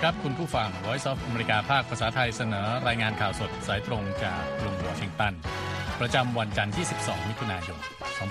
ครับคุณผู้ฟัง Voice of America ภาคภาษาไทยเสนอรายงานข่าวสดสายตรงจากกรุงวอชิงตันประจำวันจันทร์ที่12มิถุนายน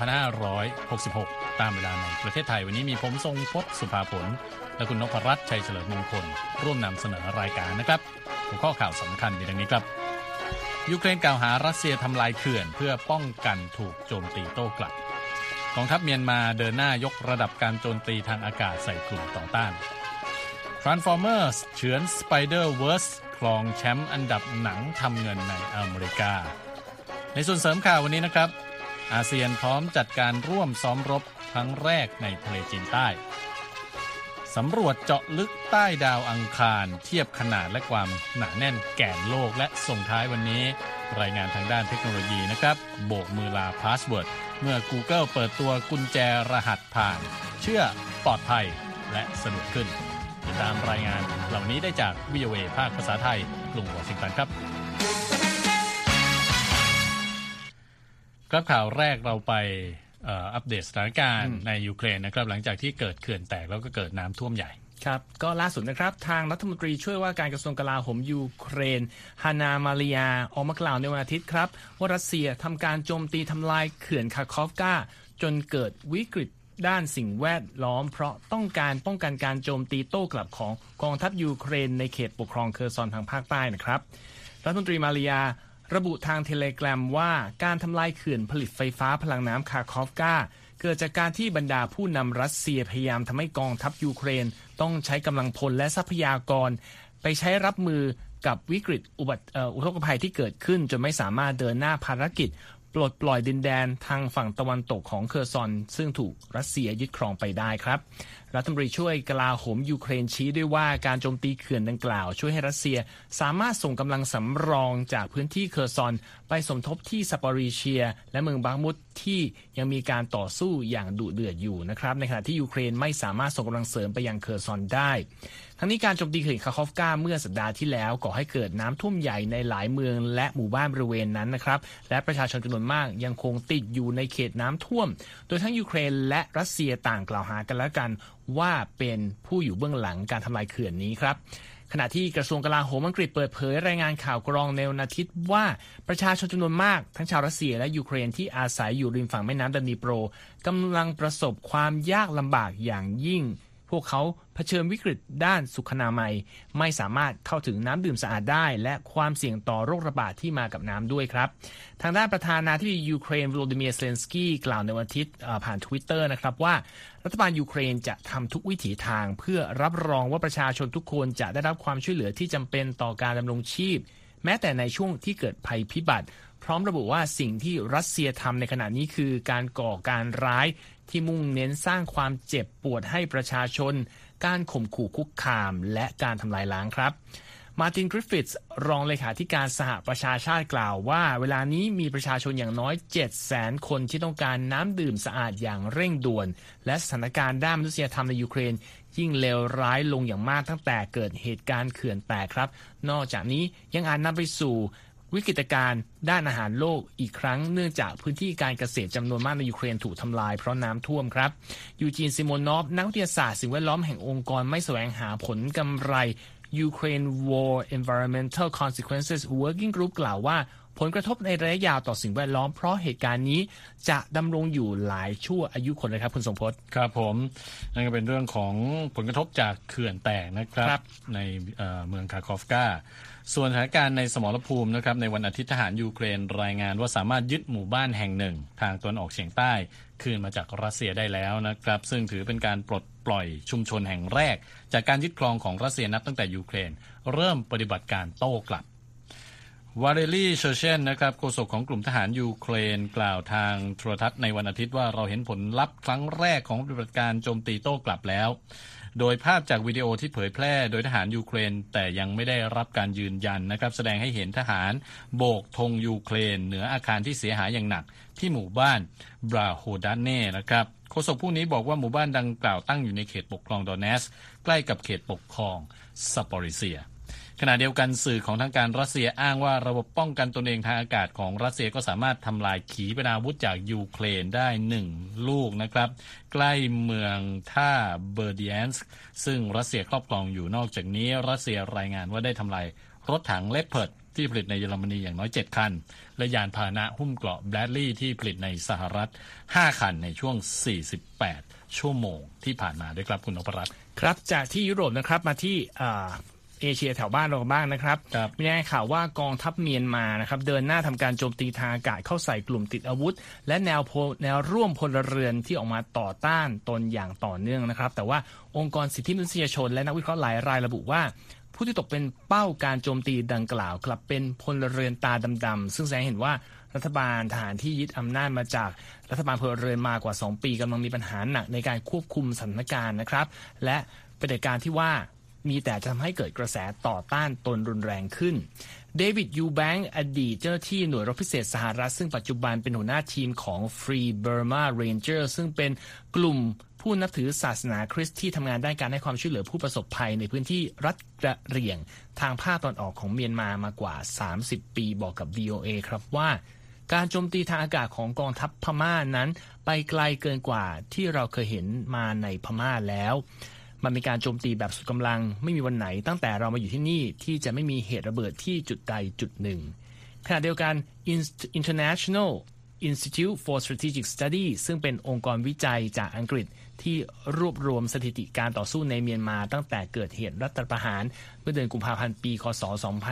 2566ตามเวลาในประเทศไทยวันนี้มีผมทรงพจน์สุภาผลและคุณนพรัตน์ชัยเฉลิมมงคลร่วมนำเสนอรายการนะครับหัวข้อข่าวสำคัญมีดังนี้ครับยูเครนกล่าวหารัสเซียทำลายเขื่อนเพื่อป้องกันถูกโจมตีโต้กลับกองทัพเมียนมาเดินหน้ายกระดับการโจมตีทางอากาศใส่กลุ่มต่อต้าน Transformers เฉือน Spider-Verse ครองแชมป์อันดับหนังทำเงินในอเมริกาในส่วนเสริมข่าววันนี้นะครับอาเซียนพร้อมจัดการร่วมซ้อมรบครั้งแรกในทะเลจีนใต้สำรวจเจาะลึกใต้ดาวอังคารเทียบขนาดและความหนาแน่นแก่นโลกและส่งท้ายวันนี้รายงานทางด้านเทคโนโลยีนะครับโบกมือลาพาสเวิร์ดเมื่อ Google เปิดตัวกุญแจรหัสผ่านเชื่อปลอดภัยและสะดวกขึ้นติดตามรายงานเหล่านี้ได้จาก VOA ภาคภาษาไทยกรุงวอชิงตันครับครับข่าวแรกเราไปอัปเดตสถานการณ์ในยูเครนนะครับหลังจากที่เกิดเขื่อนแตกแล้วก็เกิดน้ำท่วมใหญ่ครับก็ล่าสุดนะครับทางรัฐมนตรีช่วยว่าการกระทรวงกลาโหมยูเครนฮานามาเลียออกมากล่าวในวันอาทิตย์ครับว่ารัสเซียทำการโจมตีทำลายเขื่อนคาคอฟกาจนเกิดวิกฤตด้านสิ่งแวดล้อมเพราะต้องการป้องกันการโจมตีโต้กลับของกองทัพยูเครนในเขตปกครองเคอร์ซอนทางภาคใต้นะครับรัฐมนตรีมาเลียระบุทางเทเลแกรมว่าการทำลายเขื่อนผลิตไฟฟ้าพลังน้ำคาคอฟกาเกิดจากการที่บรรดาผู้นำรัสเซียพยายามทำให้กองทัพยูเครนต้องใช้กำลังพลและทรัพยากรไปใช้รับมือกับวิกฤตอุทกภัยที่เกิดขึ้นจนไม่สามารถเดินหน้าภารกิจปลดปล่อยดินแดนทางฝั่งตะวันตกของเคอร์ซอนซึ่งถูกรัสเซียยึดครองไปได้ครับรัฐมนตรีช่วยกลาโหมยูเครนชี้ด้วยว่าการโจมตีเขื่อนดังกล่าวช่วยให้รัสเซียสามารถส่งกำลังสำรองจากพื้นที่เคอร์ซอนไปสมทบที่ซาปอรีเชียและเมืองบามุตที่ยังมีการต่อสู้อย่างดุเดือดอยู่นะครับในขณะที่ยูเครนไม่สามารถส่งกำลังเสริมไปยังเคอร์ซอนได้ทั้งนี้การโจมตีเขื่อนคาคอฟกาเมื่อสัปดาห์ที่แล้วก่อให้เกิดน้ำท่วมใหญ่ในหลายเมืองและหมู่บ้านบริเวณนั้นนะครับและประชาชนจำนวนมากยังคงติดอยู่ในเขตน้ำท่วมโดยทั้งยูเครนและรัสเซียต่างกล่าวหากันแล้วกันว่าเป็นผู้อยู่เบื้องหลังการทำลายเขื่อนนี้ครับขณะที่กระทรวงกลาโหมอังกฤษเปิดเผยรายงานข่าวกรองในวันอาทิตย์ว่าประชาชนจำนวนมากทั้งชาวรัสเซียและยูเครนที่อาศัยอยู่ริมฝั่งแม่น้ำดานีโปรกำลังประสบความยากลำบากอย่างยิ่งพวกเขาเผชิญวิกฤตด้านสุขอนามัยไม่สามารถเข้าถึงน้ำดื่มสะอาดได้และความเสี่ยงต่อโรคระบาดที่มากับน้ำด้วยครับทางด้านประธานาธิบดียูเครนโวโลดิเมียร์เซเลนสกี้กล่าวในวันอาทิตย์ผ่าน Twitter นะครับว่ารัฐบาลยูเครนจะทำทุกวิถีทางเพื่อรับรองว่าประชาชนทุกคนจะได้รับความช่วยเหลือที่จำเป็นต่อการดำรงชีพแม้แต่ในช่วงที่เกิดภัยพิบัติพร้อมระบุว่าสิ่งที่รัสเซียทำในขณะนี้คือการก่อการร้ายที่มุ่งเน้นสร้างความเจ็บปวดให้ประชาชนการข่มขู่คุกคามและการทำลายล้างครับมาร์ตินกริฟฟิธส์รองเลขาธิการสหประชาชาติกล่าวว่าเวลานี้มีประชาชนอย่างน้อย 700,000 คนที่ต้องการน้ำดื่มสะอาดอย่างเร่งด่วนและสถานการณ์ด้านมนุษยธรรมในยูเครนยิ่งเลวร้ายลงอย่างมากตั้งแต่เกิดเหตุการณ์เขื่อนแตกครับนอกจากนี้ยังอาจนำไปสู่วิกฤตการณ์ด้านอาหารโลกอีกครั้งเนื่องจากพื้นที่การเกษตรจำนวนมากในยูเครนถูกทำลายเพราะน้ำท่วมครับยูจีนซิโมนอฟนักวิทยาศาสตร์สิ่งแวดล้อมแห่งองค์กรไม่แสวงหาผลกำไร Ukraine War Environmental Consequences Working Group กล่าวว่าผลกระทบในระยะยาวต่อสิ่งแวดล้อมเพราะเหตุการณ์นี้จะดำรงอยู่หลายชั่วอายุคนเลยครับคุณสมพศครับผมนั่นก็เป็นเรื่องของผลกระทบจากเขื่อนแตกนะครับในเมืองคาคอฟกาส่วนสถานการณ์ในสมรภูมินะครับในวันอาทิตย์ทหารยูเครนรายงานว่าสามารถยึดหมู่บ้านแห่งหนึ่งทางตะวันออกเฉียงใต้คืนมาจากรัสเซียได้แล้วนะครับซึ่งถือเป็นการปลดปล่อยชุมชนแห่งแรกจากการยึดครองของรัสเซียนับตั้งแต่ยูเครนเริ่มปฏิบัติการโต้กลับวาเลรีเชอร์เชนนะครับโฆษกของกลุ่มทหารยูเครนกล่าวทางโทรทัศน์ในวันอาทิตย์ว่าเราเห็นผลลัพธ์ครั้งแรกของปฏิบัติการโจมตีโต้กลับแล้วโดยภาพจากวิดีโอที่เผยแพร่โดยทหารยูเครนแต่ยังไม่ได้รับการยืนยันนะครับแสดงให้เห็นทหารโบกธงยูเครนเหนืออาคารที่เสียหายอย่างหนักที่หมู่บ้านบราโฮดานเน่นะครับโฆษกผู้นี้บอกว่าหมู่บ้านดังกล่าวตั้งอยู่ในเขตปกครองดอนเนสใกล้กับเขตปกครองซาปอริเซียขณะเดียวกันสื่อของทางการรัสเซียอ้างว่าระบบป้องกันตนเองทางอากาศของรัสเซียก็สามารถทำลายขีปนาวุธจากยูเครนได้1ลูกนะครับใกล้เมืองท่าเบอร์ดิแอนส์ซึ่งรัสเซียครอบครองอยู่นอกจากนี้รัสเซียรายงานว่าได้ทำลายรถถังเลปเพิร์ดที่ผลิตในเยอรมนีอย่างน้อย7คันและยานพาหนะหุ้มเกราะแบรดลีย์ที่ผลิตในสหรัฐ5คันในช่วง48ชั่วโมงที่ผ่านมาด้วยครับคุณนพรัตน์ครับจากที่ยุโรปนะครับมาที่เอเชียแถวบ้านเราบ้างนะครับมีรายงานข่าวว่ากองทัพเมียนมานะครับเดินหน้าทำการโจมตีทางอากาศเข้าใส่กลุ่มติดอาวุธและแนวร่วมพลเรือนที่ออกมาต่อต้านตนอย่างต่อเนื่องนะครับแต่ว่าองค์กรสิทธิมนุษยชนและนักวิเคราะห์หลายรายระบุว่าผู้ที่ตกเป็นเป้าการโจมตีดังกล่าวกลับเป็นพลเรือนตาดำๆซึ่งแสดงเห็นว่ารัฐบาลทหารที่ยึดอำนาจมาจากรัฐบาลพลเรือนมากว่า2ปีกำลังมีปัญหาหนักในการควบคุมสถานการณ์นะครับและปฏิบัติการที่ว่ามีแต่จะทำให้เกิดกระแสต่อต้านตนรุนแรงขึ้นเดวิดยูแบงค์อดีตเจ้าหน้าที่หน่วยรบพิเศษสหรัฐซึ่งปัจจุบันเป็นหัวหน้าทีมของ Free Burma Rangers ซึ่งเป็นกลุ่มผู้นับถือศาสนาคริสต์ที่ทำงานด้านการให้ความช่วยเหลือผู้ประสบภัยในพื้นที่รัฐกะเหรี่ยงทางภาคตะวันออกของเมียนมามากว่า30ปีบอกกับ VOA ครับว่าการโจมตีทางอากาศของกองทัพพม่านั้นไปไกลเกินกว่าที่เราเคยเห็นมาในพม่าแล้วมันมีการโจมตีแบบสุดกำลังไม่มีวันไหนตั้งแต่เรามาอยู่ที่นี่ที่จะไม่มีเหตุระเบิดที่จุดใดจุดหนึ่งขณะเดียวกัน International Institute for Strategic Studies ซึ่งเป็นองค์กรวิจัยจากอังกฤษที่รวบรวมสถิติการต่อสู้ในเมียนมาตั้งแต่เกิดเหตุรัฐประหารเมื่อเดือนกุมภาพันธ์ปีคศ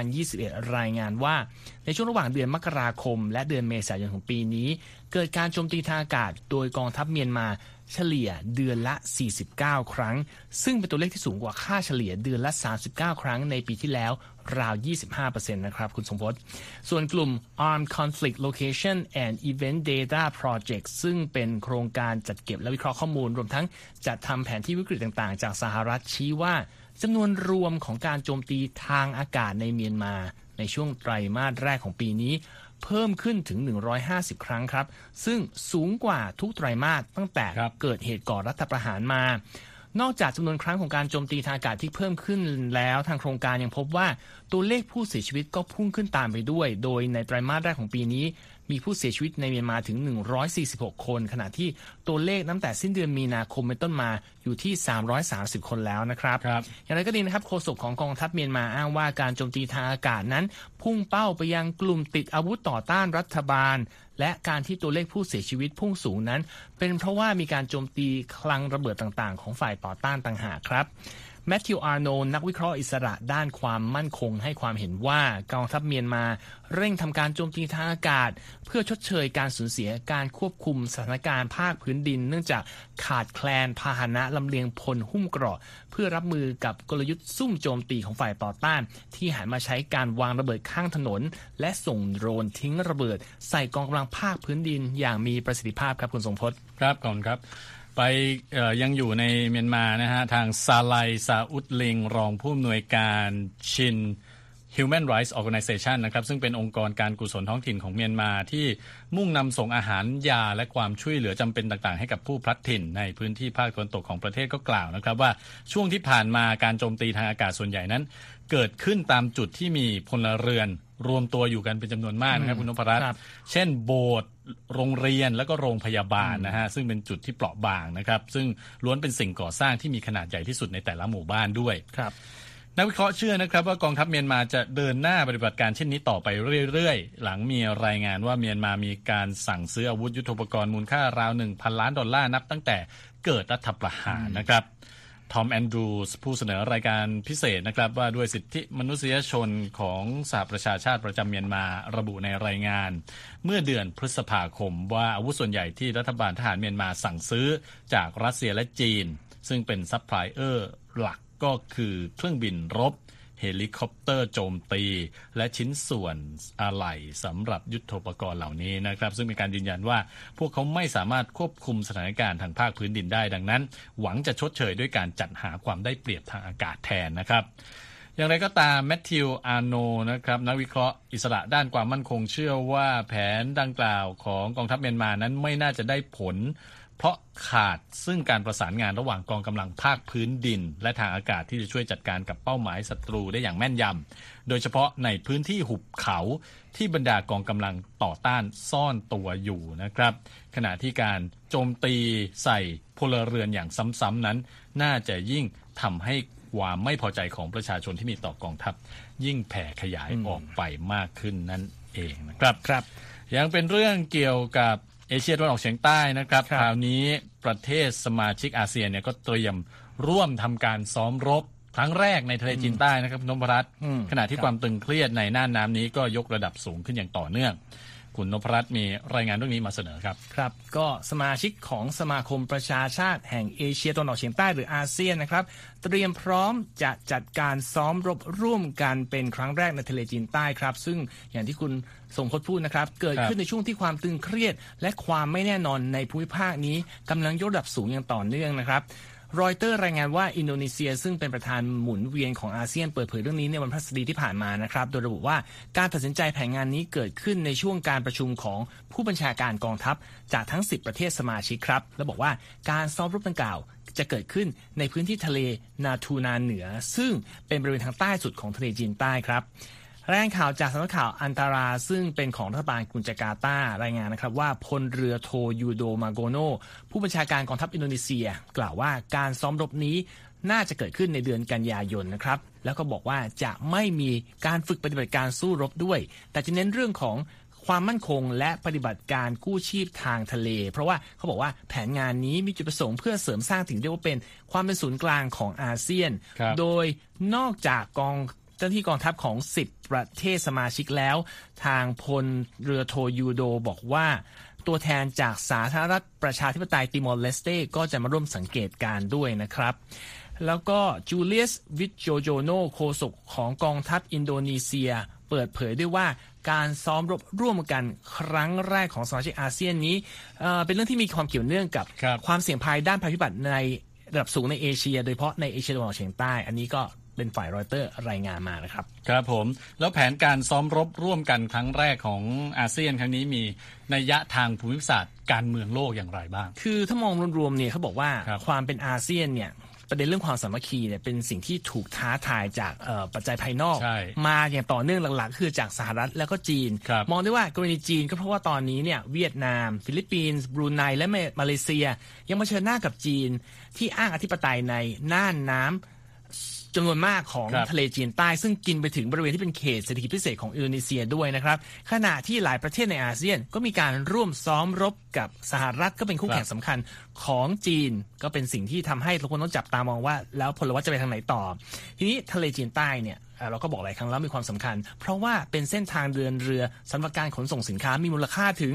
2021รายงานว่าในช่วงระหว่างเดือนมกราคมและเดือนเมษายนของปีนี้เกิดการโจมตีทางอากาศโดยกองทัพเมียนมาเฉลี่ยเดือนละ49ครั้งซึ่งเป็นตัวเลขที่สูงกว่าค่าเฉลี่ยเดือนละ39ครั้งในปีที่แล้วราว 25% นะครับคุณสมพศส่วนกลุ่ม Armed Conflict Location and Event Data Project ซึ่งเป็นโครงการจัดเก็บและวิเคราะห์ข้อมูลรวมทั้งจัดทำแผนที่วิกฤตต่างๆจากสหรัฐชี้ว่าจำนวนรวมของการโจมตีทางอากาศในเมียนมาในช่วงไตรมาสแรกของปีนี้เพิ่มขึ้นถึง150ครั้งครับซึ่งสูงกว่าทุกไตรมาสตั้งแต่เกิดเหตุก่อรัฐประหารมานอกจากจำนวนครั้งของการโจมตีทางอากาศที่เพิ่มขึ้นแล้วทางโครงการยังพบว่าตัวเลขผู้เสียชีวิตก็พุ่งขึ้นตามไปด้วยโดยในไตรมาสแรกของปีนี้มีผู้เสียชีวิตในเมียนมาถึง146คนขณะที่ตัวเลขตั้งแต่สิ้นเดือนมีนาคมเป็นต้นมาอยู่ที่330คนแล้วนะครับอย่างไรก็ดีนะครับโฆษกของกองทัพเมียนมาอ้างว่าการโจมตีทางอากาศนั้นพุ่งเป้าไปยังกลุ่มติดอาวุธต่อต้านรัฐบาลและการที่ตัวเลขผู้เสียชีวิตพุ่งสูงนั้นเป็นเพราะว่ามีการโจมตีคลังระเบิดต่างๆของฝ่ายต่อต้านต่างหากครับแมทธิว อาร์โนลด์นักวิเคราะห์อิสระด้านความมั่นคงให้ความเห็นว่ากองทัพเมียนมาเร่งทำการโจมตีทางอากาศเพื่อชดเชยการสูญเสียการควบคุมสถานการณ์ภาคพื้นดินเนื่องจากขาดแคลนพาหนะลำเลียงพลหุ้มเกราะเพื่อรับมือกับกลยุทธ์ซุ่มโจมตีของฝ่ายต่อต้านที่หันมาใช้การวางระเบิดข้างถนนและส่งโดรนทิ้งระเบิดใส่กองกำลังภาคพื้นดินอย่างมีประสิทธิภาพครับคุณทรงพจน์ครับก่อนครับไปยังอยู่ในเมียนมานะฮะทางซาไลซาอุดลิงรองผู้อำนวยการชิน Human Rights Organization นะครับซึ่งเป็นองค์กรการกุศลท้องถิ่นของเมียนมาที่มุ่งนำส่งอาหารยาและความช่วยเหลือจำเป็นต่างๆให้กับผู้พลัดถิ่นในพื้นที่ภาคตะวันตกของประเทศก็กล่าวนะครับว่าช่วงที่ผ่านมาการโจมตีทางอากาศส่วนใหญ่นั้นเกิดขึ้นตามจุดที่มีพลเรือนรวมตัวอยู่กันเป็นจำนวนมากนะครับคุณนพรัตน์เช่นโบสถ์โรงเรียนแล้วก็โรงพยาบาลนะฮะซึ่งเป็นจุดที่เปราะบางนะครับซึ่งล้วนเป็นสิ่งก่อสร้างที่มีขนาดใหญ่ที่สุดในแต่ละหมู่บ้านด้วยครับนักวิเคราะห์เชื่อนะครับว่ากองทัพเมียนมาจะเดินหน้าปฏิบัติการเช่นนี้ต่อไปเรื่อยๆหลังมีรายงานว่าเมียนมามีการสั่งซื้ออาวุธยุทโธปกรณ์มูลค่าราว 1,000 ล้านดอลลาร์นับตั้งแต่เกิดรัฐประหารนะครับทอมแอนดรูสผู้เสนอรายการพิเศษนะครับว่าด้วยสิทธิมนุษยชนของสหประชาชาติประจำเมียนมาระบุในรายงานเมื่อเดือนพฤษภาคมว่าอาวุธส่วนใหญ่ที่รัฐบาลทหารเมียนมาสั่งซื้อจากรัสเซียและจีนซึ่งเป็นซัพพลายเออร์หลักก็คือเครื่องบินรบเฮลิคอปเตอร์โจมตีและชิ้นส่วนอะไหล่สำหรับยุทโธปกรณ์เหล่านี้นะครับซึ่งเป็นการยืนยันว่าพวกเขาไม่สามารถควบคุมสถานการณ์ทางภาคพื้นดินได้ดังนั้นหวังจะชดเชยด้วยการจัดหาความได้เปรียบทางอากาศแทนนะครับอย่างไรก็ตามแมทธิว อาร์โนนะครับนักวิเคราะห์อิสระด้านความมั่นคงเชื่อว่าแผนดังกล่าวของกองทัพเมียนมานั้นไม่น่าจะได้ผลเพราะขาดซึ่งการประสานงานระหว่างกองกำลังภาคพื้นดินและทางอากาศที่จะช่วยจัดการกับเป้าหมายศัตรูได้อย่างแม่นยำโดยเฉพาะในพื้นที่หุบเขาที่บรรดากองกำลังต่อต้านซ่อนตัวอยู่นะครับขณะที่การโจมตีใส่พลเรือนอย่างซ้ำๆนั้นน่าจะยิ่งทำให้ความไม่พอใจของประชาชนที่มีต่อกองทัพยิ่งแผ่ขยายออกไปมากขึ้นนั่นเองนะครับยังเป็นเรื่องเกี่ยวกับเอเชียตะวันออกเฉียงใต้นะครับคราวนี้ประเทศสมาชิกอาเซียนเนี่ยก็เตรียมร่วมทำการซ้อมรบครั้งแรกในทะเลจีนใต้นะครับนพรัตน์ขณะที่ความตึงเครียดในน่านน้ำนี้ก็ยกระดับสูงขึ้นอย่างต่อเนื่องคุณนพรัตน์มีรายงานเรื่องนี้มาเสนอครับครับก็สมาชิกของสมาคมประชาชาติแห่งเอเชียตะวันออกเฉียงใต้หรืออาเซียนนะครับเตรียมพร้อมจะจัดการซ้อมรบร่วมกันเป็นครั้งแรกในทะเลจีนใต้ครับซึ่งอย่างที่คุณทรงพจน์พูดนะครับเกิดขึ้นในช่วงที่ความตึงเครียดและความไม่แน่นอนในภูมิภาคนี้กำลังยกระดับสูงอย่างต่อเนื่องนะครับรอยเตอร์รายงานว่าอินโดนีเซียซึ่งเป็นประธานหมุนเวียนของอาเซียนเปิดเผยเรื่องนี้ในวันพฤหัสบดีที่ผ่านมานะครับโดยระบุว่าการตัดสินใจแผนงานนี้เกิดขึ้นในช่วงการประชุมของผู้บัญชาการกองทัพจากทั้ง10ประเทศสมาชิกครับและบอกว่าการซ้อมรบดังกล่าวจะเกิดขึ้นในพื้นที่ทะเลนาทูนาเหนือซึ่งเป็นบริเวณทางใต้สุดของทะเลจีนใต้ครับรายงานข่าวจากสำนักข่าวอันตาราซึ่งเป็นของรัฐบาลกรุงจาการ์ตารายงานนะครับว่าพลเรือโทยูโดมาโกโนผู้บัญชาการกองทัพอินโดนีเซียกล่าวว่าการซ้อมรบนี้น่าจะเกิดขึ้นในเดือนกันยายนนะครับแล้วก็บอกว่าจะไม่มีการฝึกปฏิบัติการสู้รบด้วยแต่จะเน้นเรื่องของความมั่นคงและปฏิบัติการกู้ชีพทางทะเลเพราะว่าเขาบอกว่าแผนงานนี้มีจุดประสงค์เพื่อเสริมสร้างถึงเรียกว่าเป็นความเป็นศูนย์กลางของอาเซียนโดยนอกจากเจ้าหน้าที่กองทัพของ10ประเทศสมาชิกแล้วทางพลเรือโทยูโดบอกว่าตัวแทนจากสาธารณรัฐประชาธิปไตยติมอร์เลสเตก็จะมาร่วมสังเกตการณ์ด้วยนะครับแล้วก็จูเลียสวิจโจโจโนโฆษกของกองทัพอินโดนีเซียเปิดเผยด้วยว่าการซ้อมรบร่วมกันครั้งแรกของสมาชิกอาเซียนนี้เป็นเรื่องที่มีความเกี่ยวเนื่องกับความเสี่ยงภัยด้านภัยพิบัติในระดับสูงในเอเชียโดยเฉพาะในเอเชียตะวันออกเฉียงใต้อันนี้ก็เป็นฝ่ายรอยเตอร์รายงานมานะครับครับผมแล้วแผนการซ้อมรบร่วมกันครั้งแรกของอาเซียนครั้งนี้มีนัยยะทางภูมิศาสตร์การเมืองโลกอย่างไรบ้างคือถ้ามองรวมๆเนี่ยเขาบอกว่าความเป็นอาเซียนเนี่ยประเด็นเรื่องความสามัคคีเนี่ยเป็นสิ่งที่ถูกท้าทายจากปัจจัยภายนอกมาอย่างต่อเนื่องหลักๆคือจากสหรัฐแล้วก็จีนมองได้ว่ากรณีจีนก็เพราะว่าตอนนี้เนี่ยเวียดนามฟิลิปปินส์บรูไนและมาเลเซียยังเผชิญหน้ากับจีนที่อ้างอธิปไตยในน่านน้ำจำนวนมากของทะเลจีนใต้ซึ่งกินไปถึงบริเวณที่เป็นเขตเศรษฐกิจพิเศษของอินโดนีเซียด้วยนะครับขณะที่หลายประเทศในอาเซียนก็มีการร่วมซ้อมรบกับสหรัฐก็เป็นคู่แข่งสำคัญของจีนก็เป็นสิ่งที่ทำให้ทุกคนต้องจับตามองว่าแล้วพลวัตจะไปทางไหนต่อทีนี้ทะเลจีนใต้เนี่ยเราก็บอกหลายครั้งแล้วมีความสำคัญเพราะว่าเป็นเส้นทางเดินเรือสำหรับการขนส่งสินค้ามีมูลค่าถึง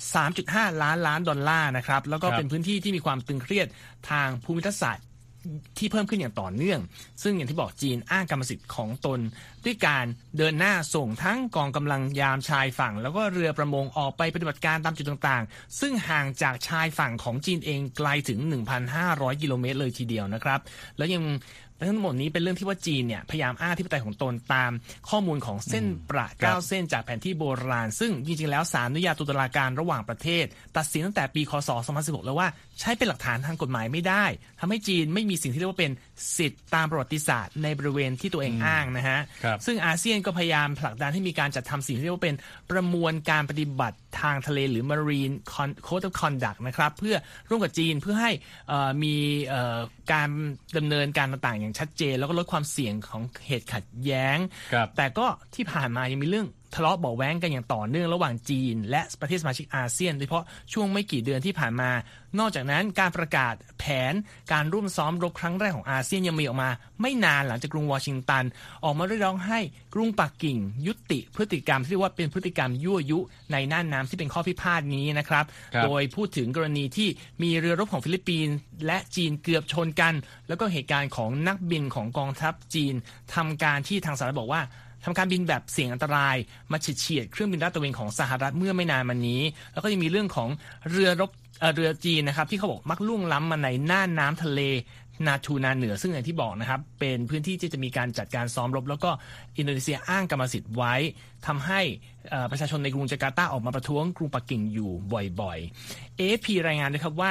3.5 ล้านดอลลาร์นะครับแล้วก็เป็นพื้นที่ที่มีความตึงเครียดทางภูมิทัศน์ที่เพิ่มขึ้นอย่างต่อเนื่องซึ่งอย่างที่บอกจีนอ้างกรรมสิทธิ์ของตนด้วยการเดินหน้าส่งทั้งกองกำลังยามชายฝั่งแล้วก็เรือประมงออกไปปฏิบัติการตามจุดต่างๆซึ่งห่างจากชายฝั่งของจีนเองไกลถึง 1,500 กิโลเมตรเลยทีเดียวนะครับแล้วยังทั้งหมดนี้เป็นเรื่องที่ว่าจีนเนี่ยพยายามอ้างอธิปไตยของตนตามข้อมูลของเส้นประ9เส้นจากแผนที่โบราณซึ่งจริงๆแล้วศาลอนุญาโตตุลาการระหว่างประเทศตัดสินตั้งแต่ปีคศ2016แล้วว่าใช้เป็นหลักฐานทางกฎหมายไม่ได้ทำให้จีนไม่มีสิ่งที่เรียกว่าเป็นสิทธิตามประวัติศาสตร์ในบริเวณที่ตัวเองอ้างนะฮะซึ่งอาเซียนก็พยายามผลักดันให้มีการจัดทำสิ่งที่เรียกว่าเป็นประมวลการปฏิบัติทางทะเลหรือ Marine Code of Conduct นะครับเพื่อร่วมกับจีนเพื่อให้มีการดำเนินการต่างๆอย่างชัดเจนแล้วก็ลดความเสี่ยงของเหตุขัดแย้งแต่ก็ที่ผ่านมายังมีเรื่องทะเลาะเบาะแว้งกันอย่างต่อเนื่องระหว่างจีนและประเทศสมาชิกอาเซียนโดยเฉพาะช่วงไม่กี่เดือนที่ผ่านมานอกจากนั้นการประกาศแผนการร่วมซ้อมรบครั้งแรกของอาเซียนยังมีออกมาไม่นานหลังจากกรุงวอชิงตันออกมาเรียกร้องให้กรุงปักกิ่งยุติพฤติกรรมที่เรียกว่าเป็นพฤติกรรมยั่วยุในน่านน้ำที่เป็นข้อพิพาทนี้นะครับโดยพูดถึงกรณีที่มีเรือรบของฟิลิปปินส์และจีนเกือบชนกันแล้วก็เหตุการณ์ของนักบินของกองทัพจีนทำการที่ทางสหรัฐบอกว่าทำการบินแบบเสี่ยงอันตรายมาเฉียดเครื่องบินลาดตระเวนของสหรัฐเมื่อไม่นานมานี้แล้วก็ยังมีเรื่องของเรือจีนนะครับที่เขาบอกมักล่วงล้ำมาในน่านน้ำทะเลนาทูนาเหนือซึ่งอย่างที่บอกนะครับเป็นพื้นที่ที่จะมีการจัดการซ้อมรบแล้วก็อินโดนีเซียอ้างกรรมสิทธิ์ไว้ทำให้ประชาชนในกรุงจาการ์ตาออกมาประท้วงกรุงปักกิ่งอยู่บ่อยๆ AFP รายงานด้วยครับว่า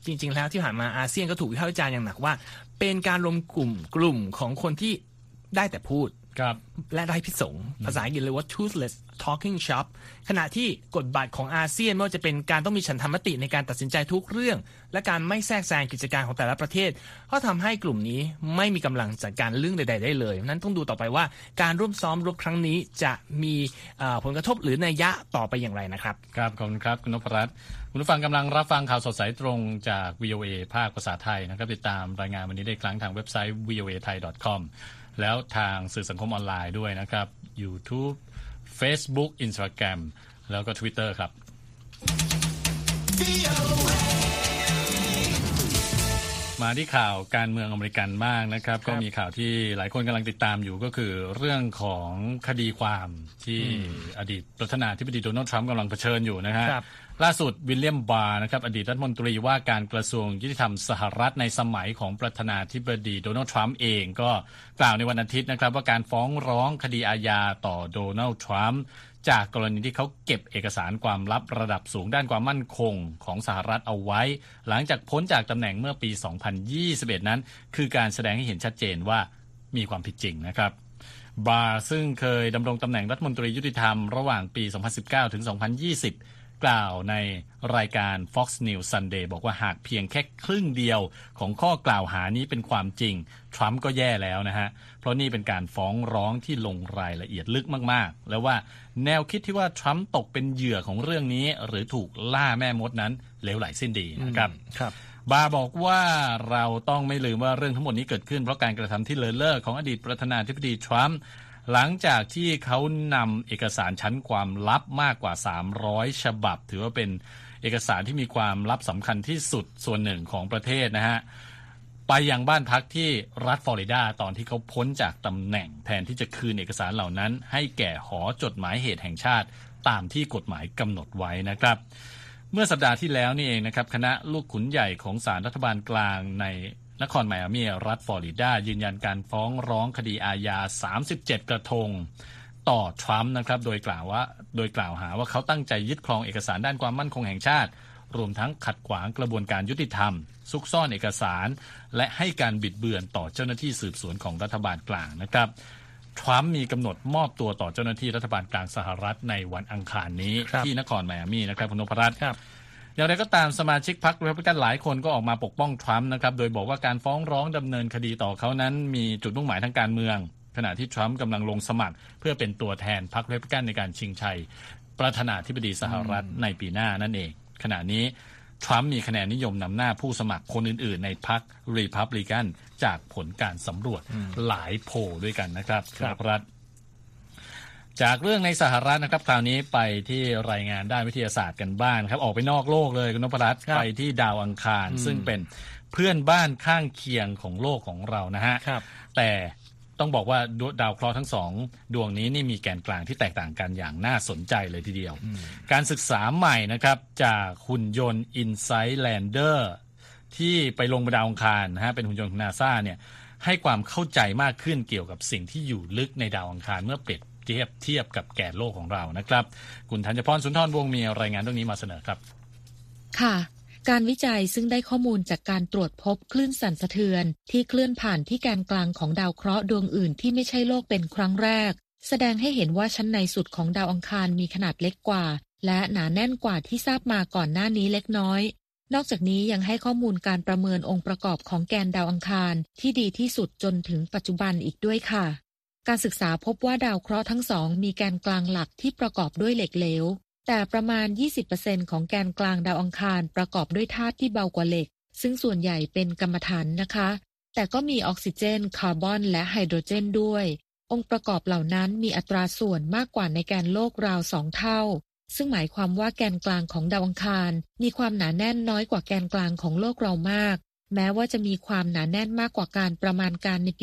จริงๆแล้วที่ผ่านมาอาเซียนก็ถูกวิพากษ์วิจารณ์อย่างหนักว่าเป็นการรวมกลุ่มของคนที่ได้แต่พูดและไร้พิสงภาษาอังกฤษเรียกว่า toothless talking shop ขณะที่กฎบัตรของอาเซียนไม่ว่าจะเป็นการต้องมีฉันทามติในการตัดสินใจทุกเรื่องและการไม่แทรกแซงกิจการของแต่ละประเทศก็ทำให้กลุ่มนี้ไม่มีกำลังจัดการเรื่องใดๆได้เลยนั้นต้องดูต่อไปว่าการร่วมซ้อมรบครั้งนี้จะมีผลกระทบหรือนัยยะต่อไปอย่างไรนะครับครับขอบคุณครับคุณนพรัตน์คุณผู้ฟังกำลังรับฟังข่าวสดสายตรงจาก VOA ภาคภาษาไทยนะครับติดตามรายงานวันนี้ได้ครั้งทางเว็บไซต์ voathai.com แล้วทางสื่อสังคมออนไลน์ด้วยนะครับ YouTube Facebook Instagram แล้วก็ Twitter ครับมาที่ข่าวการเมืองอเมริกันบ้างนะครับก็มีข่าวที่หลายคนกำลังติดตามอยู่ก็คือเรื่องของคดีความที่อดีตประธานาธิบดีโดนัลด์ทรัมป์กำลังเผชิญอยู่นะฮะล่าสุดวิลเลียมบาร์นะครับอดีตรัฐมนตรีว่าการกระทรวงยุติธรรมสหรัฐในสมัยของประธานาธิบดีโดนัลด์ทรัมป์เองก็กล่าวในวันอาทิตย์นะครับว่าการฟ้องร้องคดีอาญาต่อโดนัลด์ทรัมป์จากกรณีที่เขาเก็บเอกสารความลับระดับสูงด้านความมั่นคงของสหรัฐเอาไว้หลังจากพ้นจากตำแหน่งเมื่อปี 2021 นั้นคือการแสดงให้เห็นชัดเจนว่ามีความผิดจริงนะครับบาร์ซึ่งเคยดำรงตำแหน่งรัฐมนตรียุติธรรมระหว่างปี 2019 ถึง 2020 กล่าวในรายการ Fox News Sunday บอกว่าหากเพียงแค่ครึ่งเดียวของข้อกล่าวหานี้เป็นความจริงทรัมป์ก็แย่แล้วนะฮะเพราะนี่เป็นการฟ้องร้องที่ลงรายละเอียดลึกมากๆแล้วว่าแนวคิดที่ว่าทรัมป์ตกเป็นเหยื่อของเรื่องนี้หรือถูกล่าแม่มดนั้นเลวไหลสิ้นดีนะครับบาร์บอกว่าเราต้องไม่ลืมว่าเรื่องทั้งหมดนี้เกิดขึ้นเพราะการกระทำที่เลินเล่อของอดีตประธานาธิบดีทรัมป์หลังจากที่เขานำเอกสารชั้นความลับมากกว่า300ฉบับถือว่าเป็นเอกสารที่มีความลับสำคัญที่สุดส่วนหนึ่งของประเทศนะฮะไปยังบ้านพักที่รัฐฟลอริดาตอนที่เขาพ้นจากตำแหน่งแทนที่จะคืนเอกสารเหล่านั้นให้แก่หอจดหมายเหตุแห่งชาติตามที่กฎหมายกำหนดไว้นะครับเมื่อสัปดาห์ที่แล้วนี่เองนะครับคณะลูกขุนใหญ่ของศาลรัฐบาลกลางในนครไมอามี่รัฐฟลอริดายืนยันการฟ้องร้องคดีอาญา37กระทงต่อทรัมป์นะครับโดยกล่าวหาว่าเขาตั้งใจยึดครองเอกสารด้านความมั่นคงแห่งชาติรวมทั้งขัดขวางกระบวนการยุติธรรมซุกซ่อนเอกสารและให้การบิดเบือนต่อเจ้าหน้าที่สืบสวนของรัฐบาลกลางนะครับทรัมป์มีกำหนดมอบตัวต่อเจ้าหน้าที่รัฐบาลกลางสหรัฐในวันอังคารนี้ที่นครไมอามี่นะครับคุณนพรัตน์อย่างไรก็ตามสมาชิกพรรครีพับลิกันหลายคนก็ออกมาปกป้องทรัมป์นะครับโดยบอกว่าการฟ้องร้องดำเนินคดีต่อเขานั้นมีจุดมุ่งหมายทางการเมืองขณะที่ทรัมป์กำลังลงสมัครเพื่อเป็นตัวแทนพรรครีพับลิกันในการชิงชัยประธานาธิบดีสหรัฐในปีหน้านั่นเองขณะนี้ทรัมป์มีคะแนนนิยมนำหน้าผู้สมัครคนอื่นๆในพรรครีพับลิกันจากผลการสำรวจหลายโพลด้วยกันนะครับครับจากเรื่องในสหรัฐนะครับคราวนี้ไปที่รายงานด้านวิทยาศาสตร์กันบ้างครับออกไปนอกโลกเลยคุณนพรัตน์ไปที่ดาวอังคารซึ่งเป็นเพื่อนบ้านข้างเคียงของโลกของเรานะฮะแต่ต้องบอกว่าดาวเคราะห์ทั้งสองดวงนี้นี่มีแกนกลางที่แตกต่างกันอย่างน่าสนใจเลยทีเดียวการศึกษาใหม่นะครับจากหุ่นยนต์ Insight Lander ที่ไปลงบนดาวอังคารนะฮะเป็นหุ่นยนต์ของ NASA เนี่ยให้ความเข้าใจมากขึ้นเกี่ยวกับสิ่งที่อยู่ลึกในดาวอังคารเมื่อเปรียบเทียบกับแกนโลกของเรานะครับคุณธัญพรสุนทรวงศ์มีรายงานเรื่องนี้มาเสนอครับค่ะการวิจัยซึ่งได้ข้อมูลจากการตรวจพบคลื่นสั่นสะเทือนที่เคลื่อนผ่านที่แกนกลางของดาวเคราะห์ดวงอื่นที่ไม่ใช่โลกเป็นครั้งแรกแสดงให้เห็นว่าชั้นในสุดของดาวอังคารมีขนาดเล็กกว่าและหนาแน่นกว่าที่ทราบมาก่อนหน้านี้เล็กน้อยนอกจากนี้ยังให้ข้อมูลการประเมินองค์ประกอบของแกนดาวอังคารที่ดีที่สุดจนถึงปัจจุบันอีกด้วยค่ะการศึกษาพบว่าดาวเคราะห์ทั้งสองมีแกนกลางหลักที่ประกอบด้วยเหล็กเหลวแต่ประมาณ 20% ของแกนกลางดาวอังคารประกอบด้วยธาตุที่เบากว่าเหล็กซึ่งส่วนใหญ่เป็นกัมมันถันนะคะแต่ก็มีออกซิเจนคาร์บอนและไฮโดรเจนด้วยองค์ประกอบเหล่านั้นมีอัตราส่วนมากกว่าในแกนโลกราว2เท่าซึ่งหมายความว่าแกนกลางของดาวอังคารมีความหนาแน่นน้อยกว่าแกนกลางของโลกเรามากแม้ว่าจะมีความหนาแน่นมากกว่าการประมาณการในปี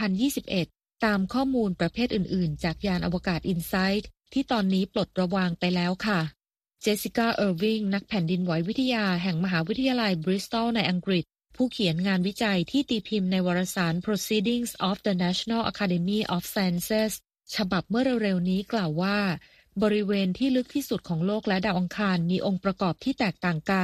2021 ตามข้อมูลประเภทอื่นๆจากยานอวกาศ Insight ที่ตอนนี้ปลดระวางไปแล้วค่ะเจสสิก้าเอิร์วิงนักแผ่นดินไหววิทยาแห่งมหาวิทยาลัยบริสตอลในอังกฤษผู้เขียนงานวิจัยที่ตีพิมพ์ในวารสาร Proceedings of the National Academy of Sciences ฉบับเมื่อเร็วๆนี้กล่าวว่าบริเวณที่ลึกที่สุดของโลกและดาวอังคารมีองค์ประกอบที่แตกต่างกัน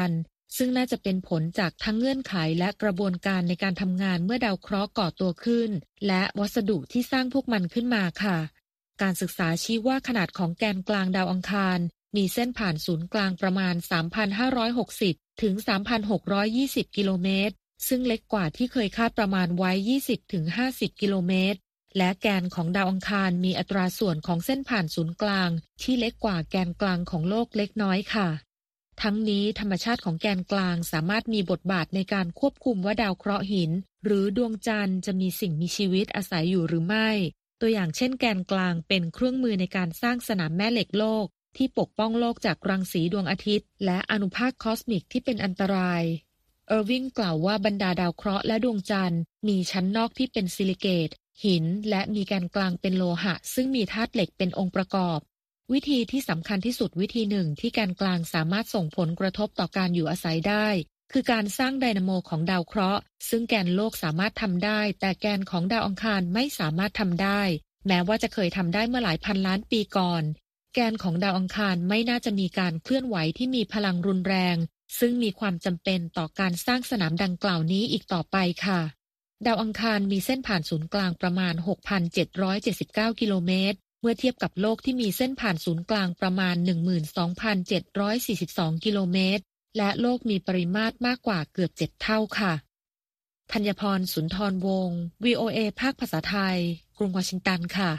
ซึ่งน่าจะเป็นผลจากทั้งเงื่อนไขและกระบวนการในการทำงานเมื่อดาวเคราะห์ก่อตัวขึ้นและวัสดุที่สร้างพวกมันขึ้นมาค่ะการศึกษาชี้ว่าขนาดของแกนกลางดาวอังคารมีเส้นผ่านศูนย์กลางประมาณ 3,560 ถึง 3,620 กิโลเมตรซึ่งเล็กกว่าที่เคยคาดประมาณไว้ 20 ถึง 50 กิโลเมตรและแกนของดาวอังคารมีอัตราส่วนของเส้นผ่านศูนย์กลางที่เล็กกว่าแกนกลางของโลกเล็กน้อยค่ะทั้งนี้ธรรมชาติของแกนกลางสามารถมีบทบาทในการควบคุมว่าดาวเคราะห์หินหรือดวงจันทร์จะมีสิ่งมีชีวิตอาศัยอยู่หรือไม่ตัวอย่างเช่นแกนกลางเป็นเครื่องมือในการสร้างสนามแม่เหล็กโลกที่ปกป้องโลกจากรังสีดวงอาทิตย์และอนุภาคคอสมิกที่เป็นอันตรายเออร์วิงกล่าวว่าบรรดาดาวเคราะห์และดวงจันทร์มีชั้นนอกที่เป็นซิลิเกตหินและมีแกนกลางเป็นโลหะซึ่งมีธาตุเหล็กเป็นองค์ประกอบวิธีที่สำคัญที่สุดวิธีหนึ่งที่แกนกลางสามารถส่งผลกระทบต่อการอยู่อาศัยได้คือการสร้างไดนาโมของดาวเคราะห์ซึ่งแกนโลกสามารถทำได้แต่แกนของดาวอังคารไม่สามารถทำได้แม้ว่าจะเคยทำได้เมื่อหลายพันล้านปีก่อนแกนของดาวอังคารไม่น่าจะมีการเคลื่อนไหวที่มีพลังรุนแรงซึ่งมีความจำเป็นต่อการสร้างสนามดังกล่าวนี้อีกต่อไปค่ะดาวอังคารมีเส้นผ่านศูนย์กลางประมาณ 6,779 กิโลเมตรเมื่อเทียบกับโลกที่มีเส้นผ่านศูนย์กลางประมาณ 12,742 กิโลเมตรและโลกมีปริมาตรมากกว่าเกือบ7เท่าค่ะธัญพรสุนทรวงศ์ VOA ภาคภาษาไทยกรุงวอชิงตันค่ะ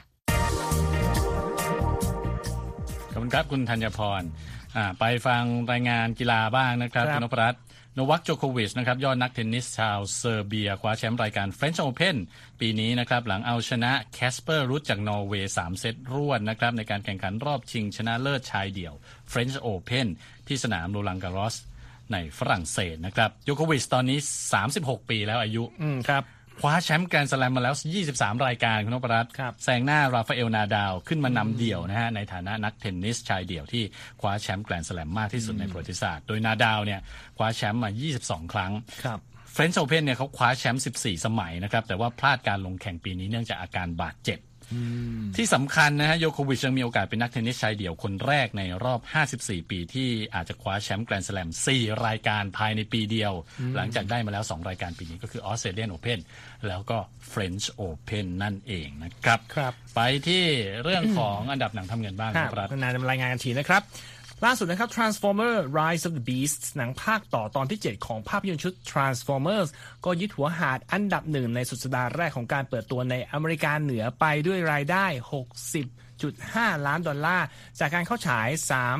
ขอบคุณครับคุณธัญพรไปฟังรายงานกีฬาบ้างนะครับคุณนพรัตน์โนวัค โจโควิชนะครับยอดนักเทนนิสชาวเซอร์เบียคว้าแชมป์รายการ French Open ปีนี้นะครับหลังเอาชนะแคสเปอร์รุดจากนอร์เวย์3เซตรวดนะครับในการแข่งขันรอบชิงชนะเลิศชายเดี่ยว French Open ที่สนามโรลังการอสในฝรั่งเศสนะครับโจโควิชตอนนี้36ปีแล้วอายุครับคว้าแชมป์แกรนด์สแลมมาแล้ว23รายการคุณนพรัตน์แซงหน้าราฟาเอลนาดาลขึ้นมานำเดี่ยวนะฮะในฐานะนักเทนนิสชายเดี่ยวที่คว้าแชมป์แกรนด์สแลมมากที่สุดในประวัติศาสตร์โดยนาดาลเนี่ยคว้าแชมป์มา22ครั้งเฟรนช์โอเพ่นเนี่ยเขาคว้าแชมป์14สมัยนะครับแต่ว่าพลาดการลงแข่งปีนี้เนื่องจากอาการบาดเจ็บที่สำคัญนะฮะโยโควิชยังมีโอกาสเป็นนักเทนนิสชายเดี่ยวคนแรกในรอบ54ปีที่อาจจะคว้าแชมป์แกรนด์สแลม4รายการภายในปีเดียวหลังจากได้มาแล้ว2รายการปีนี้ก็คือออสเตรเลียนโอเพ่นแล้วก็เฟรนช์โอเพ่นนั่นเองนะครับไปที่เรื่องของอันดับหนังทำเงินบ้างครับนายจะรายงานกันทีนะครับล่าสุดนะครับ Transformer Rise of the Beasts หนังภาคต่อตอนที่7ของภาพยนตร์ชุด Transformers ก็ยึดหัวหาดอันดับ1ในสุดสัปดาห์แรกของการเปิดตัวในอเมริกาเหนือไปด้วยรายได้ 60.5 ล้านดอลลาร์จากการเข้าฉาย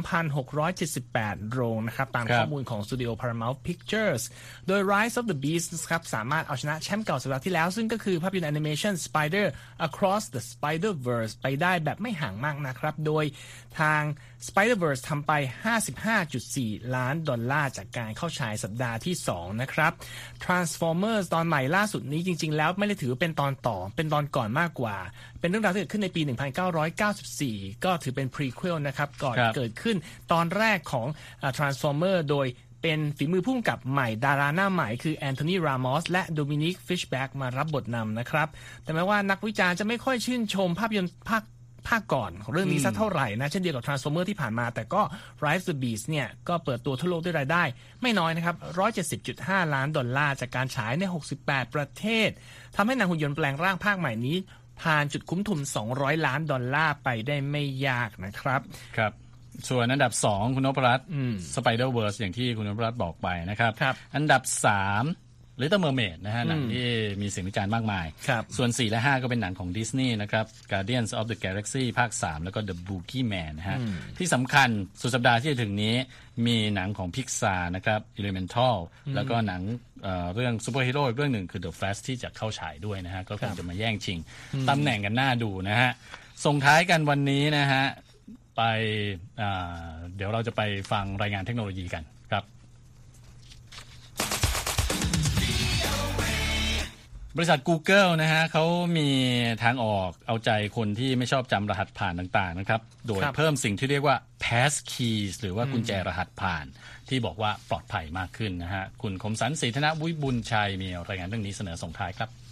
3,678 โรงนะครับตามข้อมูลของสตูดิโอ Paramount Pictures โดย Rise of the Beasts ครับสามารถเอาชนะแชมป์เก่าสัปดาห์ที่แล้วซึ่งก็คือภาพยนตร์แอนิเมชัน Spider Across the Spider-Verse ไปได้แบบไม่ห่างมากนะครับโดยทาง Spider-Verse ทำไป 55.4 ล้านดอลลาร์จากการเข้าฉายสัปดาห์ที่2นะครับ Transformers ตอนใหม่ล่าสุดนี้จริงๆแล้วไม่ได้ถือเป็นตอนต่อเป็นตอนก่อนมากกว่าเป็นเรื่องราวที่เกิดขึ้นในปี 1994 ก็ถือเป็น prequel นะครับก่อนเกิดขึ้นตอนแรกของ Transformer โดยเป็นฝีมือผู้กำกับใหม่ดาราหน้าใหม่คือแอนโทนี รามอสและโดมินิก ฟิชแบ็กมารับบทนำนะครับแต่แม้ว่านักวิจารณ์จะไม่ค่อยชื่นชมภาพยนตร์ภาคก่อนของเรื่องนี้สักเท่าไหร่นะเช่นเดียวกับ Transformer ที่ผ่านมาแต่ก็ Rise of the Beast เนี่ยก็เปิดตัวทั่วโลกด้วยรายได้ไม่น้อยนะครับ 170.5 ล้านดอลลาร์จากการฉายใน68ประเทศทำให้หนังหุ่นยนต์แปลงร่างภาคใหม่นี้ผ่านจุดคุ้มทุน$200 ล้านไปได้ไม่ยากนะครับครับส่วนอันดับ2คุณนพรัตน์ Spider-Verse อย่างที่คุณนพรัตน์บอกไปนะครับอันดับ3 Little Mermaid นะฮะหนังที่มีเสียงวิจารณ์มากมายส่วน4และ5ก็เป็นหนังของดิสนีย์นะครับ Guardians of the Galaxy ภาค3แล้วก็ The Boogeyman นะฮะที่สำคัญสุดสัปดาห์ที่จะถึงนี้มีหนังของ Pixar นะครับ Elemental แล้วก็หนังเรื่องซูเปอร์ฮีโร่อีกเรื่องหนึ่งคือ The Flash ที่จะเข้าฉายด้วยนะฮะก็คงจะมาแย่งชิงตำแหน่งกันหน้าดูนะฮะส่งท้ายกันวันนี้นะฮะไปเดี๋ยวเราจะไปฟังรายงานเทคโนโลยีกันครับบริษัท Google นะฮะเขามีทางออกเอาใจคนที่ไม่ชอบจำรหัสผ่านต่างๆนะครับโดยเพิ่มสิ่งที่เรียกว่า Passkeys หรือว่ากุญแจรหัสผ่านที่บอกว่าปลอดภัยมากขึ้นนะฮะคุณคมสันต์ ศรีธนวิบุญชัยมีรายงานเรื่องนี้เสนอส่งท้ายครับ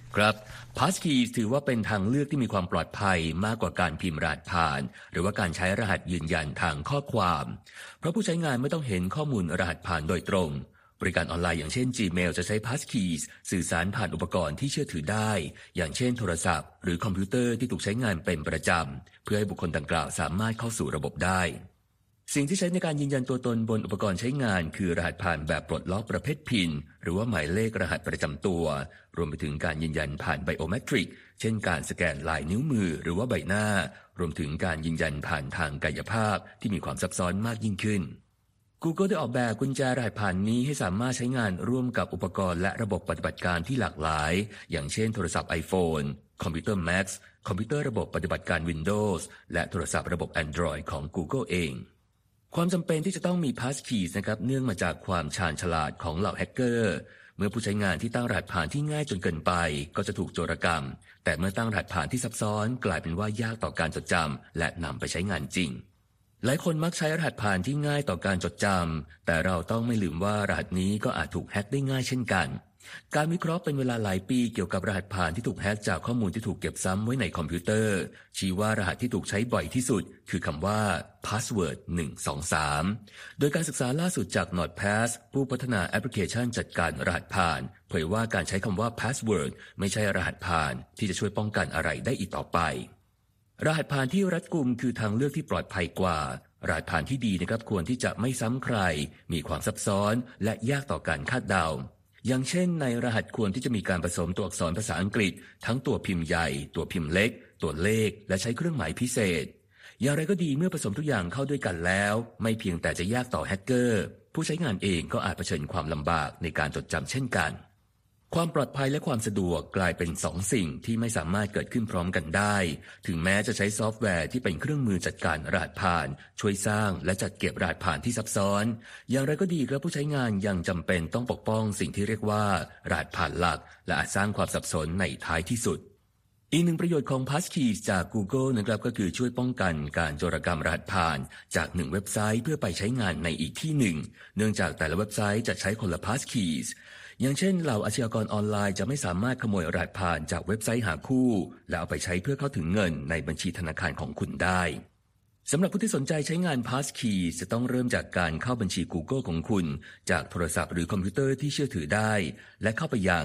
ครับ Passkeys ถือว่าเป็นทางเลือกที่มีความปลอดภัยมากกว่าการพิมพ์รหัสผ่านหรือว่าการใช้รหัสยืนยันทางข้อความเพราะผู้ใช้งานไม่ต้องเห็นข้อมูลรหัสผ่านโดยตรงบริการออนไลน์อย่างเช่น Gmail จะใช้ Passkeys สื่อสารผ่านอุปกรณ์ที่เชื่อถือได้อย่างเช่นโทรศัพท์หรือคอมพิวเตอร์ที่ถูกใช้งานเป็นประจำเพื่อให้บุคคลดังกล่าวสามารถเข้าสู่ระบบได้สิ่งที่ใช้ในการยืนยันตัวตนบนอุปกรณ์ใช้งานคือรหัสผ่านแบบปลดล็อกประเภท PIN หรือว่าหมายเลขรหัสประจำตัวรวมไปถึงการยืนยันผ่านไบโอเมตริกเช่นการสแกนลายนิ้วมือหรือว่าใบหน้ารวมถึงการยืนยันผ่านทางกายภาพที่มีความซับซ้อนมากยิ่งขึ้น Google ได้ออกแบบกุญแจรหัสผ่านนี้ให้สามารถใช้งานร่วมกับอุปกรณ์และระบบปฏิบัติการที่หลากหลายอย่างเช่นโทรศัพท์ iPhone คอมพิวเตอร์ Mac คอมพิวเตอร์ระบบปฏิบัติการ Windows และโทรศัพท์ระบบ Android ของ Google เองความจำเป็นที่จะต้องมี Passkeys นะครับเนื่องมาจากความชาญฉลาดของเหล่าแฮกเกอร์เมื่อผู้ใช้งานที่ตั้งรหัสผ่านที่ง่ายจนเกินไปก็จะถูกโจรกรรมแต่เมื่อตั้งรหัสผ่านที่ซับซ้อนกลายเป็นว่ายากต่อการจดจำและนำไปใช้งานจริงหลายคนมักใช้รหัสผ่านที่ง่ายต่อการจดจำแต่เราต้องไม่ลืมว่ารหัสนี้ก็อาจถูกแฮกได้ง่ายเช่นกันการวิเคราะห์เป็นเวลาหลายปีเกี่ยวกับรหัสผ่านที่ถูกแฮกจากข้อมูลที่ถูกเก็บซ้ำไว้ในคอมพิวเตอร์ชี้ว่ารหัสที่ถูกใช้บ่อยที่สุดคือคำว่า password 123โดยการศึกษาล่าสุดจาก NordPass ผู้พัฒนาแอปพลิเคชันจัดการรหัสผ่านเผยว่าการใช้คำว่า password ไม่ใช่รหัสผ่านที่จะช่วยป้องกันอะไรได้อีกต่อไปรหัสผ่านที่รัดกุมคือทางเลือกที่ปลอดภัยกว่ารหัสผ่านที่ดีนะครับควรที่จะไม่ซ้ำใครมีความซับซ้อนและยากต่อการคาดเดาอย่างเช่นในรหัสควรที่จะมีการผสมตัวอักษรภาษาอังกฤษทั้งตัวพิมพ์ใหญ่ตัวพิมพ์เล็กตัวเลขและใช้เครื่องหมายพิเศษอย่างไรก็ดีเมื่อผสมทุกอย่างเข้าด้วยกันแล้วไม่เพียงแต่จะยากต่อแฮกเกอร์ผู้ใช้งานเองก็อาจเผชิญความลำบากในการจดจำเช่นกันความปลอดภัยและความสะดวกกลายเป็นสองสิ่งที่ไม่สามารถเกิดขึ้นพร้อมกันได้ถึงแม้จะใช้ซอฟต์แวร์ที่เป็นเครื่องมือจัดการรหัสผ่านช่วยสร้างและจัดเก็บรหัสผ่านที่ซับซ้อนอย่างไรก็ดีครับผู้ใช้งานยังจำเป็นต้องปกป้องสิ่งที่เรียกว่ารหัสผ่านหลักและอาจสร้างความสับสนในท้ายที่สุดอีกหนึ่งประโยชน์ของ Passkeys จาก Google นะครับก็คือช่วยป้องกันการโจรกรรมรหัสผ่านจากหนึ่งเว็บไซต์เพื่อไปใช้งานในอีกที่หนึ่งเนื่องจากแต่ละเว็บไซต์จะใช้คนละ Passkeysอย่างเช่นเหล่าอาชญากรออนไลน์จะไม่สามารถขโมยรหัสผ่านจากเว็บไซต์หาคู่แล้วเอาไปใช้เพื่อเข้าถึงเงินในบัญชีธนาคารของคุณได้สำหรับผู้ที่สนใจใช้งาน Passkeys จะต้องเริ่มจากการเข้าบัญชี Google ของคุณจากโทรศัพท์หรือคอมพิวเตอร์ที่เชื่อถือได้และเข้าไปยัง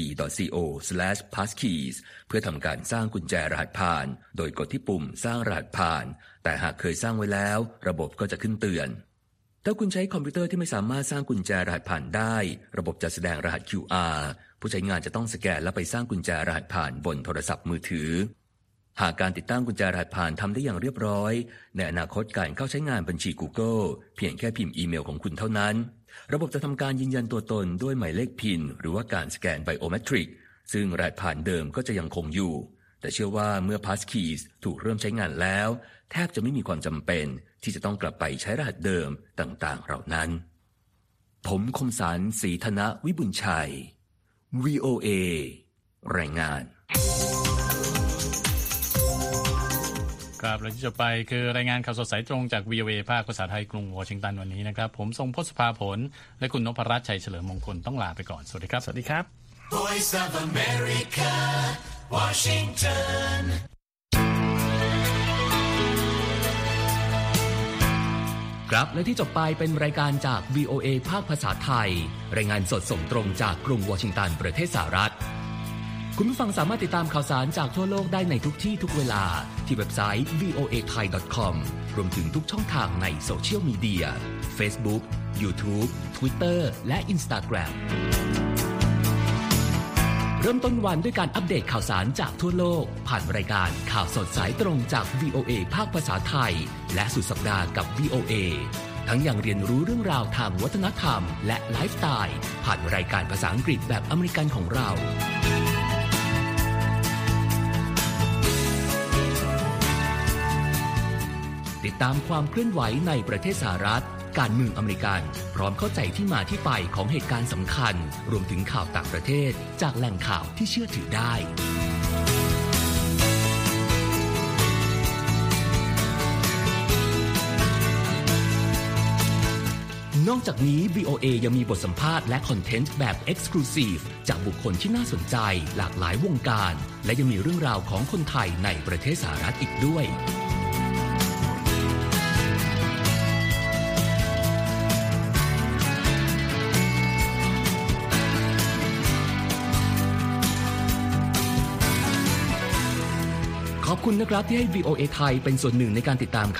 g.co/passkeys เพื่อทำการสร้างกุญแจรหัสผ่านโดยกดที่ปุ่มสร้างรหัสผ่านแต่หากเคยสร้างไว้แล้วระบบก็จะขึ้นเตือนถ้าคุณใช้คอมพิวเตอร์ที่ไม่สามารถสร้างกุญแจรหัสผ่านได้ระบบจะแสดงรหัส QR ผู้ใช้งานจะต้องสแกนและไปสร้างกุญแจรหัสผ่านบนโทรศัพท์มือถือหากการติดตั้งกุญแจรหัสผ่านทำได้อย่างเรียบร้อยในอนาคตการเข้าใช้งานบัญชี Google เพียงแค่พิมพ์อีเมลของคุณเท่านั้นระบบจะทำการยืนยันตัวตนด้วยหมายเลข PIN หรือว่าการสแกนไบโอเมตริกซึ่งรหัสผ่านเดิมก็จะยังคงอยู่แต่เชื่อว่าเมื่อ Passkeys ถูกเริ่มใช้งานแล้วแทบจะไม่มีความจำเป็นที่จะต้องกลับไปใช้รหัสเดิมต่างๆเหล่านั้นผมคมสันต์ ศรีธนวิบุญชัย VOA รายงานครับและที่จะไปคือรายงานข่าวสดสายตรงจาก VOA ภาคภาษาไทยกรุงวอชิงตันวันนี้นะครับผมทรงพจน์ สุภาผลและคุณนพรัตน์ ชัยเฉลิมมงคลต้องลาไปก่อนสวัสดีครับสวัสดีครับ Voice of America Washington ครับและที่จบไปเป็นรายการจาก VOA ภาคภาษาไทยรายงานสดส่งตรงจากกรุงวอชิงตันประเทศสหรัฐคุณผู้ฟังสามารถติดตามข่าวสารจากทั่วโลกได้ในทุกที่ทุกเวลาที่เว็บไซต์ voathai.com รวมถึงทุกช่องทางในโซเชียลมีเดีย Facebook, YouTube, Twitter และ Instagram เริ่มต้นวันด้วยการอัปเดตข่าวสารจากทั่วโลกผ่านรายการข่าวสดสายตรงจาก VOA ภาคภาษาไทยและสุดสัปดาห์กับ VOA ทั้งยังเรียนรู้เรื่องราวทางวัฒนธรรมและไลฟ์สไตล์ผ่านรายการภาษาอังกฤษแบบอเมริกันของเราติดตามความเคลื่อนไหวในประเทศสหรัฐการเมืองอเมริกันพร้อมเข้าใจที่มาที่ไปของเหตุการณ์สำคัญรวมถึงข่าวต่างประเทศจากแหล่งข่าวที่เชื่อถือได้นอกจากนี้ VOA ยังมีบทสัมภาษณ์และคอนเทนต์แบบ Exclusive จากบุคคลที่น่าสนใจหลากหลายวงการและยังมีเรื่องราวของคนไทยในประเทศสหรัฐอีกด้วยขอบคุณนะครับที่ให้ VOA ไทยเป็นส่วนหนึ่งในการติดตาม